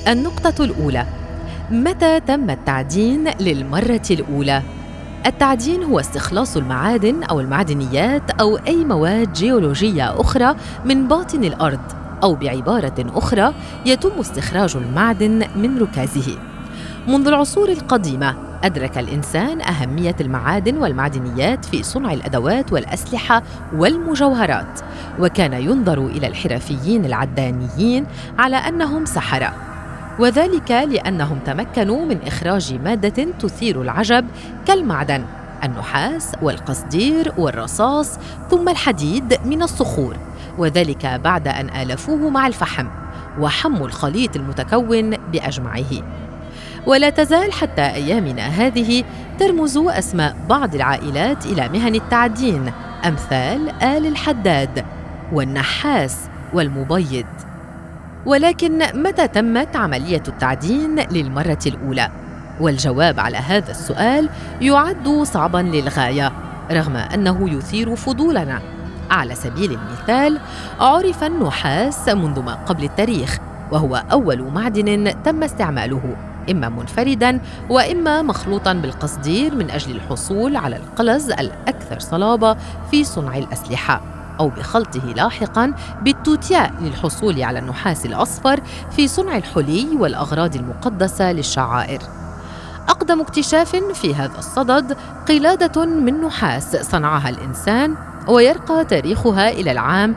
النقطة الأولى: متى تم التعدين للمرة الأولى؟ التعدين هو استخلاص المعادن أو المعدنيات أو أي مواد جيولوجية أخرى من باطن الأرض، أو بعبارة أخرى يتم استخراج المعدن من ركازه. منذ العصور القديمة أدرك الإنسان أهمية المعادن والمعدنيات في صنع الأدوات والأسلحة والمجوهرات، وكان ينظر إلى الحرفيين العدانيين على أنهم سحرة، وذلك لأنهم تمكنوا من إخراج مادة تثير العجب كالمعدن، النحاس والقصدير والرصاص، ثم الحديد من الصخور، وذلك بعد أن آلفوه مع الفحم وحموا الخليط المتكون بأجمعه. ولا تزال حتى أيامنا هذه ترمز أسماء بعض العائلات إلى مهن التعدين، أمثال آل الحداد والنحاس والمبيض. ولكن متى تمت عملية التعدين للمرة الأولى؟ والجواب على هذا السؤال يعد صعباً للغاية، رغم أنه يثير فضولنا. على سبيل المثال، عرف النحاس منذ ما قبل التاريخ، وهو أول معدن تم استعماله، إما منفرداً وإما مخلوطاً بالقصدير من أجل الحصول على القلز الأكثر صلابة في صنع الأسلحة، أو بخلطه لاحقاً بالتوتياء للحصول على النحاس الأصفر في صنع الحلي والأغراض المقدسة للشعائر. أقدم اكتشاف في هذا الصدد قلادة من نحاس صنعها الإنسان، ويرقى تاريخها إلى العام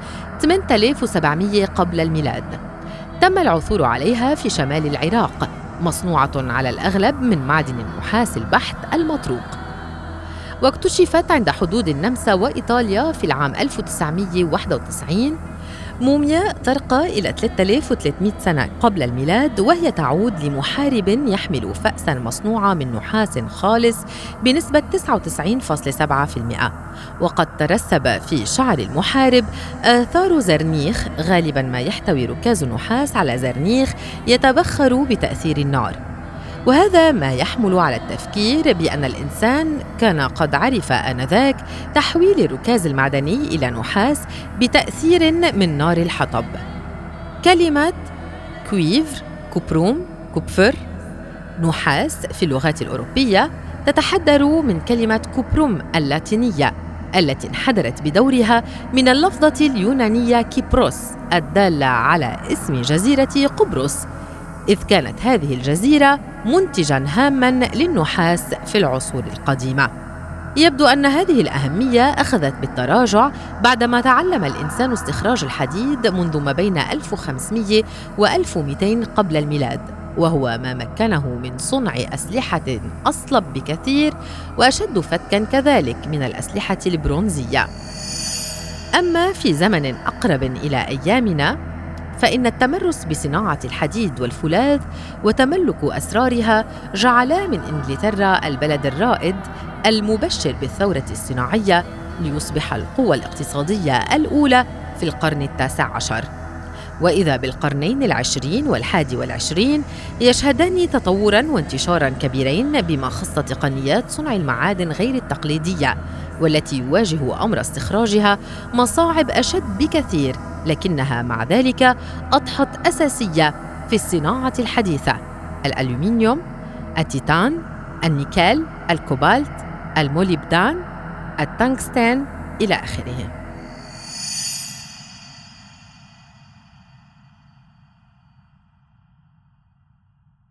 8700 قبل الميلاد. تم العثور عليها في شمال العراق، مصنوعة على الأغلب من معدن النحاس البحت المطروق، واكتشفت عند حدود النمسا وإيطاليا في العام 1991. مومياء ترقى إلى 3300 سنة قبل الميلاد، وهي تعود لمحارب يحمل فأساً مصنوعة من نحاس خالص بنسبة 99.7%، وقد ترسب في شعر المحارب آثار زرنيخ، غالباً ما يحتوي ركاز النحاس على زرنيخ يتبخر بتأثير النار. وهذا ما يحمل على التفكير بأن الإنسان كان قد عرف آنذاك تحويل الركاز المعدني إلى نحاس بتأثير من نار الحطب. كلمة كويفر، كوبروم، كوبفر، نحاس في اللغات الأوروبية تتحدر من كلمة كوبروم اللاتينية، التي انحدرت بدورها من اللفظة اليونانية كيبروس الدالة على اسم جزيرة قبرص، إذ كانت هذه الجزيرة منتجاً هاماً للنحاس في العصور القديمة. يبدو أن هذه الأهمية أخذت بالتراجع بعدما تعلم الإنسان استخراج الحديد منذ ما بين 1500 و 1200 قبل الميلاد، وهو ما مكنه من صنع أسلحة أصلب بكثير وأشد فتكاً كذلك من الأسلحة البرونزية. أما في زمن أقرب إلى أيامنا، فإن التمرس بصناعة الحديد والفولاذ وتملك أسرارها جعلا من إنجلترا البلد الرائد المبشر بالثورة الصناعية ليصبح القوة الاقتصادية الأولى في القرن التاسع عشر. وإذا بالقرنين العشرين والحادي والعشرين يشهدان تطوراً وانتشاراً كبيرين بما خص تقنيات صنع المعادن غير التقليدية، والتي يواجه أمر استخراجها مصاعب أشد بكثير، لكنها مع ذلك أضحت أساسية في الصناعة الحديثة: الألومنيوم، التيتان، النيكل، الكوبالت، الموليبدان، التنغستان إلى آخره.